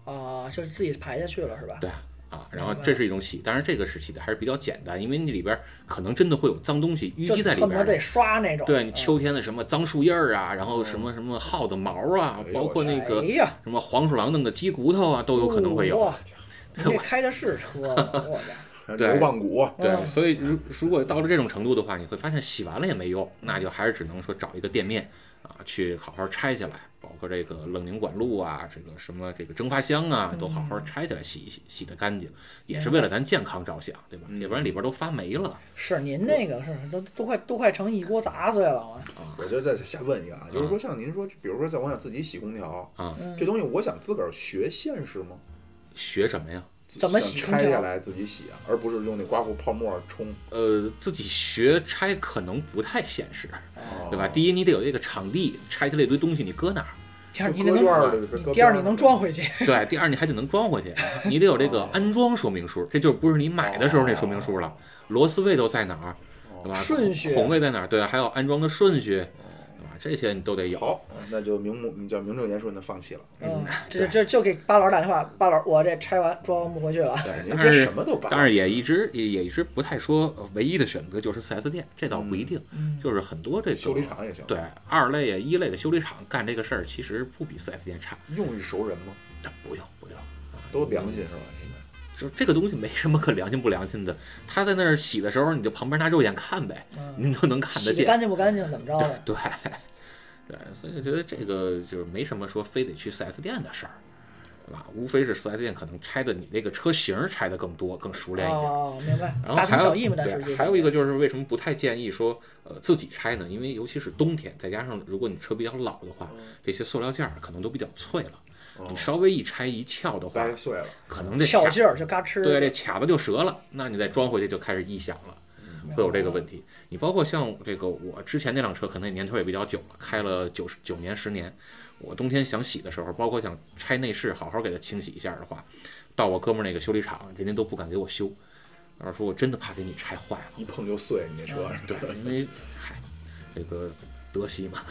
啊，就是自己排下去了是吧？ 对啊，然后这是一种洗，当然这个是洗的还是比较简单，因为你里边可能真的会有脏东西淤积在里边， 得刷那种。 对你秋天的什么脏树叶啊，然后什么耗子毛啊，包括那个什么黄鼠狼弄的鸡骨头啊，都有可能会有。 你这开的是车吗？我家对，棒骨。 对，所以如果到了这种程度的话，你会发现洗完了也没用，那就还是只能说找一个店面啊，去好好拆下来，包括这个冷凝管路啊，这个什么这个蒸发箱啊，都好好拆下来洗一洗，洗得干净，也是为了咱健康着想，对吧？要不然里边都发霉了。 是您那个是都快成一锅杂碎了啊！ 我就再瞎问一个啊，就是说像您说，比如说像我想自己洗空调啊，这东西我想自个儿学现实吗？ 学什么呀？ 怎么洗拆下来自己洗啊，而不是用那刮胡泡沫冲。 自己学拆可能不太现实，对吧？第一，你得有这个场地，拆下来一堆东西，你搁哪儿？ 第二你能装回去。 对，第二你还得能装回去，你得有这个安装说明书，这就不是你买的时候那说明书了。螺丝位都在哪儿，对吧？ 顺序， 孔位在哪儿？对，还有安装的顺序。这些你都得有。 好，那就名正言顺的放弃了。 这就给巴老师打电话，巴老师，我这拆完装不回去了。 对，您别什么都搬。 当然也一直不太说唯一的选择就是 4S 店，这倒不一定。就是很多这个修理厂也行。 对，2类啊1类的修理厂干这个事儿，其实不比 4S 店差。 用一熟人吗？ 不用， 都良心是吧？ 就这个东西没什么可良心不良心的，他在那儿洗的时候，你就旁边拿肉眼看呗，您都能看得见。 洗干净不干净怎么着的？ 对。对，所以我觉得这个就是没什么说非得去 4S 店的事儿，对吧？无非是 4S 店可能拆的你这个车型拆的更多、更熟练一点。 哦，明白。 然后还有对， 还有一个就是为什么不太建议说自己拆呢？因为尤其是冬天，再加上如果你车比较老的话，这些塑料件可能都比较脆了。你稍微一拆一撬的话， 碎了， 可能这撬劲儿就嘎吱。 对，这卡子就折了，那你再装回去就开始异响了。会有这个问题，你包括像这个我之前那辆车，可能年头也比较久了，开了9年10年。我冬天想洗的时候，包括想拆内饰，好好给它清洗一下的话，到我哥们儿那个修理厂，人家都不敢给我修，然后说我真的怕给你拆坏了， 一碰就碎你那车。 对，因为这个德系嘛。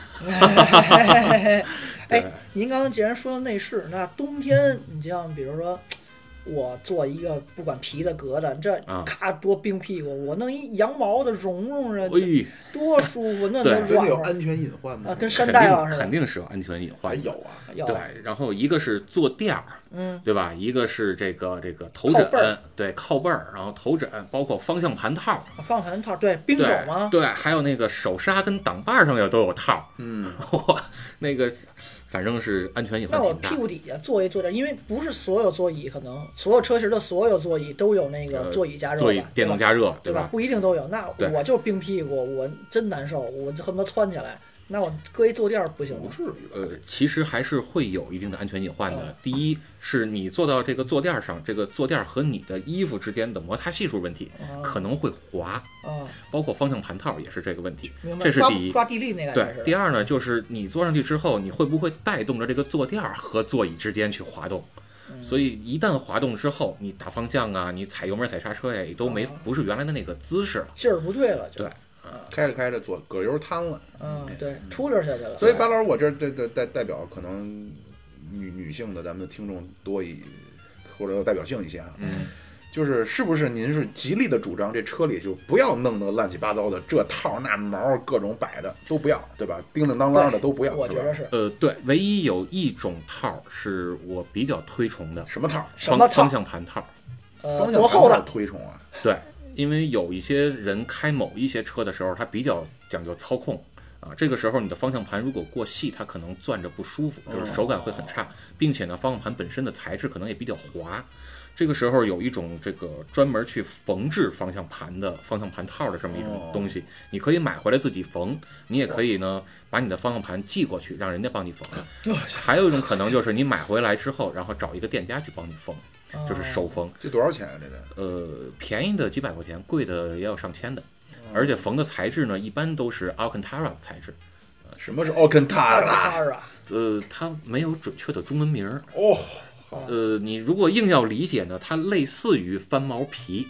哎，您刚才既然说到内饰，那冬天你像比如说。我做一个不管皮的革的，这咔多冰屁股，我弄一羊毛的绒绒的，多舒服，那能软有安全隐患吗？ 跟山大王似的， 肯定是有安全隐患。 有啊， 对，然后一个是坐垫儿，对吧？一个是这个头枕，对，靠背儿，然后头枕，包括方向盘套， 对，冰手吗？ 对，还有那个手刹跟挡把上也都有套，那个。反正是安全隐患挺大。 那我屁股底下坐一坐垫，因为不是所有座椅，可能所有车型的所有座椅都有那个座椅加热， 座椅电动加热， 对吧？不一定都有。那我就冰屁股，我真难受，我就恨不得窜起来。那我搁一坐垫不行吗？ 不至于。 其实还是会有一定的安全隐患的。第一是你坐到这个坐垫上，这个坐垫和你的衣服之间的摩擦系数问题可能会滑。包括方向盘套也是这个问题。这是第一。 抓地力那个。 对。第二呢，就是你坐上去之后，你会不会带动着这个坐垫和座椅之间去滑动？所以一旦滑动之后，你打方向啊，你踩油门踩刹车呀，也都不是原来的那个姿势了， 劲儿不对了。 对。 开着葛油摊了， 对，出溜下去了。 所以巴老师，我这代表可能女性的咱们的听众多或者有代表性一些啊，是不是您是极力的主张这车里就不要弄那个乱七八糟的，这套那毛各种摆的都不要，对吧？叮叮当当的都不要。 我觉得是。 对，唯一有一种套是我比较推崇的。 什么套？ 方向盘套。 多厚的推崇啊？ 对。因为有一些人开某一些车的时候，他比较讲究操控啊，这个时候你的方向盘如果过细，它可能攥着不舒服，就是手感会很差，并且呢，方向盘本身的材质可能也比较滑。这个时候有一种这个专门去缝制方向盘的方向盘套的这么一种东西，你可以买回来自己缝，你也可以呢把你的方向盘寄过去，让人家帮你缝。还有一种可能就是你买回来之后，然后找一个店家去帮你缝。就是手缝。 这多少钱啊？这个便宜的几百块钱，贵的也有上千的。而且缝的材质呢，一般都是 Alcantara 的材质。 什么是 Alcantara？ 它没有准确的中文名哦。 你如果硬要理解呢，它类似于翻毛皮。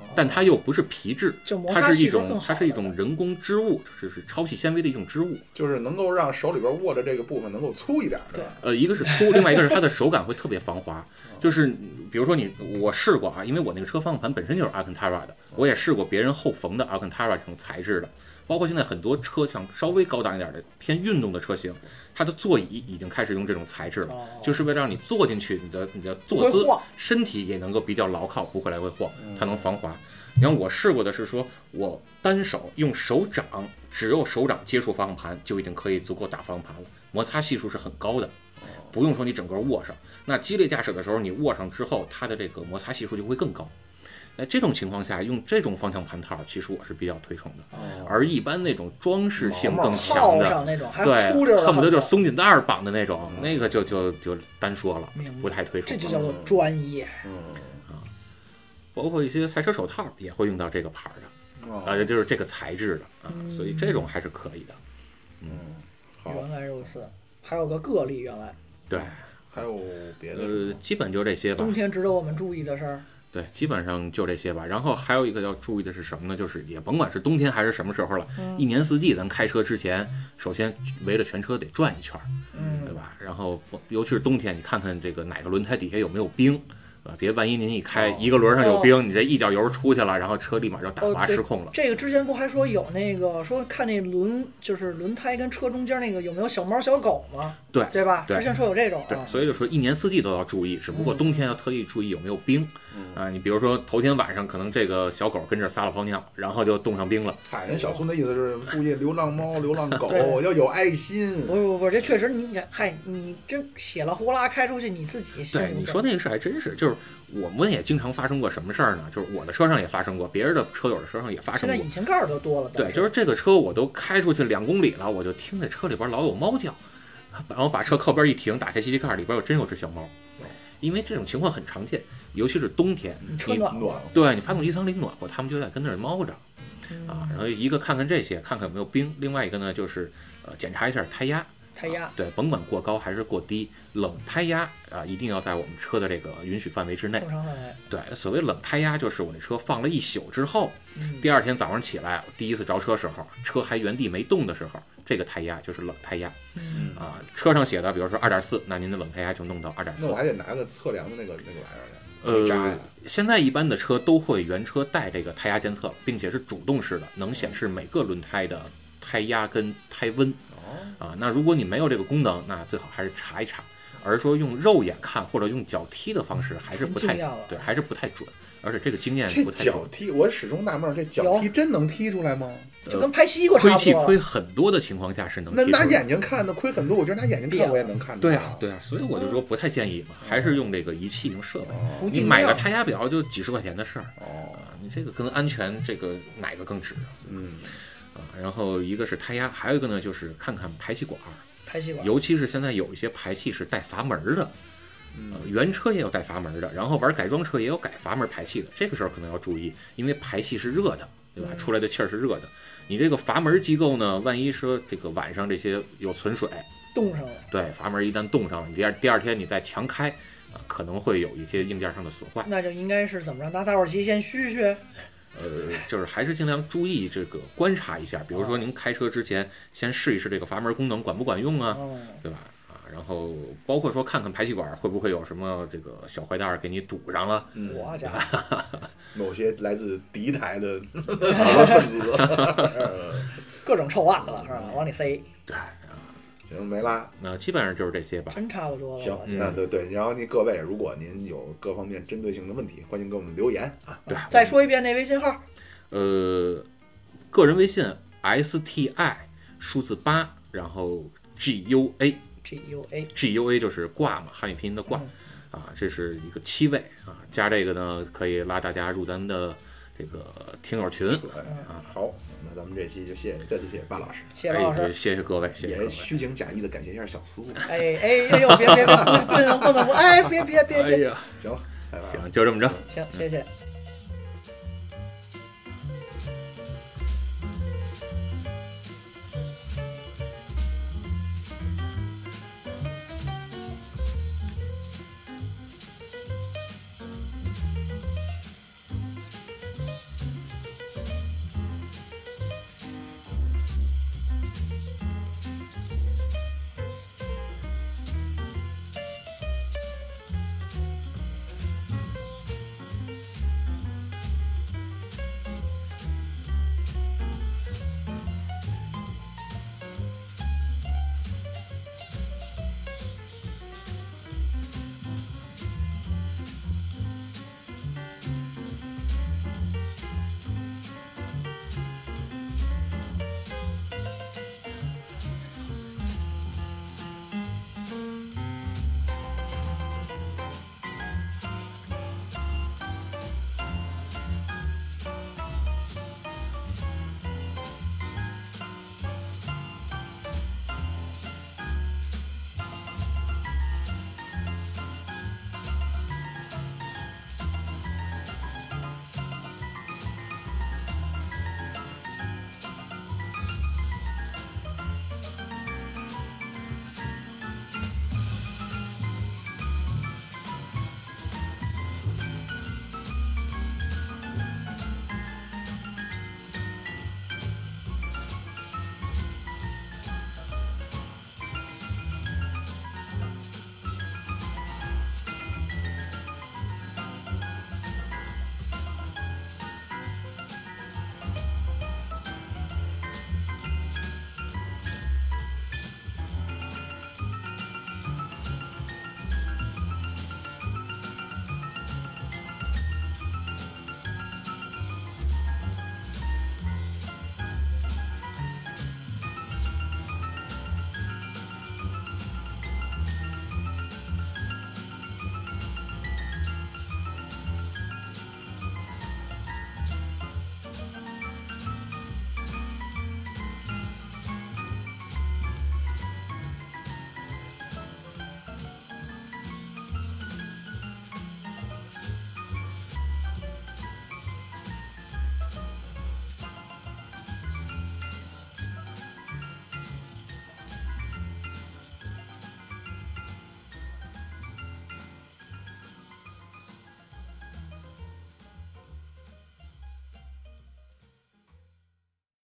但它又不是皮质， 就摩擦系数更好， 它是一种人工织物，是超细纤维的一种织物， 就是能够让手里边握着这个部分能够粗一点的。 一个是粗，另外一个是它的手感会特别防滑。就是比如说我试过啊，因为我那个车方向盘本身就是 Alcantara 的，我也试过别人后缝的 Alcantara 这种材质的。包括现在很多车像稍微高档一点的偏运动的车型，它的座椅已经开始用这种材质了，就是为了让你坐进去，你的坐姿身体也能够比较牢靠，不会来回晃，它能防滑。然后我试过的是说，我单手用手掌，只有手掌接触方向盘就已经可以足够打方向盘了，摩擦系数是很高的，不用说你整个握上。那激烈驾驶的时候，你握上之后，它的这个摩擦系数就会更高。在这种情况下，用这种方向盘套，其实我是比较推崇的。而一般那种装饰性更强的， 对， 恨不得就是松紧带绑的那种，那个就单说了，不太推崇。 这就叫做专业。 包括一些赛车手套也会用到这个牌的，就是这个材质的啊，所以这种还是可以的。 原来如此，还有个个例，原来对， 还有别的， 基本就这些吧。 冬天值得我们注意的事儿。 对，基本上就这些吧。然后还有一个要注意的是什么呢？就是也甭管是冬天还是什么时候了，一年四季咱开车之前，首先围着全车得转一圈，对吧？然后尤其是冬天，你看看这个哪个轮胎底下有没有冰。别万一您一开一个轮上有冰，你这一脚油出去了，然后车立马就打滑失控了。 这个之前不还说有那个说看那就是轮胎跟车中间那个有没有小猫小狗吗？对吧？之前说有这种。 对，所以就说一年四季都要注意，只不过冬天要特意注意有没有冰。你比如说头天晚上可能这个小狗跟这撒了泡尿，然后就冻上冰了。 人小孙的意思是注意流浪猫、流浪狗要有爱心。 不，这确实你真血了呼啦开出去，你自己心。 对，你说那个事还真是，就是我们也经常发生过什么事儿呢？就是我的车上也发生过，别人的车友的车上也发生过。 现在引擎盖都多了。 对，就是这个车我都开出去2公里了，我就听这车里边老有猫叫，然后把车靠边一停，打开吸气盖，里边真有只小猫。因为这种情况很常见，尤其是冬天， 车暖和， 对你发动机舱里暖和，他们就在跟那儿猫着啊。然后一个看看这些，看看有没有冰；另外一个呢，就是检查一下胎压。对，甭管过高还是过低，冷胎压一定要在我们车的这个允许范围之内。 正常范围。 对，所谓冷胎压就是我那车放了一宿之后，第二天早上起来，第一次着车时候，车还原地没动的时候，这个胎压就是冷胎压。车上写的，比如说2.4，那您的冷胎压就弄到2.4。 那我还得拿个测量的那个玩意儿去。 现在一般的车都会原车带这个胎压监测，并且是主动式的，能显示每个轮胎的胎压跟胎温。那如果你没有这个功能，那最好还是查一查，而说用肉眼看或者用脚踢的方式还是不太对，还是不太准，而且这个经验不太准。 这脚踢我始终纳闷，这脚踢真能踢出来吗？ 就跟拍西瓜差不多。 窥气窥很多的情况下是能踢出来。 那拿眼睛看的窥很多，我觉得拿眼睛看我也能看出来。 对啊，所以我就说不太建议嘛，还是用这个仪器用设备。你买个胎压表就几十块钱的事儿。你这个跟安全这个哪个更值？然后一个是胎压，还有一个呢就是看看排气管，尤其是现在有一些排气是带阀门的，原车也有带阀门的，然后玩改装车也有改阀门排气的，这个时候可能要注意，因为排气是热的，对吧？出来的气儿是热的，你这个阀门机构呢，万一说这个晚上这些有存水， 冻上了， 对，阀门一旦冻上了，你第二天你再强开，可能会有一些硬件上的损坏。 那就应该是怎么着？拿打火机先嘘。 就是还是尽量注意这个观察一下，比如说您开车之前先试一试这个阀门功能管不管用啊，对吧？然后包括说看看排气管会不会有什么这个小坏蛋给你堵上了。 我家伙， 某些来自敌台的分子， 各种臭袜子是吧？往里塞。 对。 行，没啦， 那基本上就是这些吧。 真差不多了。 行，那对，然后各位，如果您有各方面针对性的问题，欢迎给我们留言啊。 对， 再说一遍那微信号。 个人微信 STI 数字8，然后 GUA 就是挂嘛，汉语拼音的挂这是一个7位加这个呢可以拉大家入咱的这个听友群好，那咱们这期就再次谢谢巴老师， 谢谢巴老师， 谢谢各位，谢谢各位， 也虚情假意的感谢一下小苏。 哎呦，别，不能，哎，别， 哎呀， 行了，拜拜， 行，就这么着， 行，谢谢。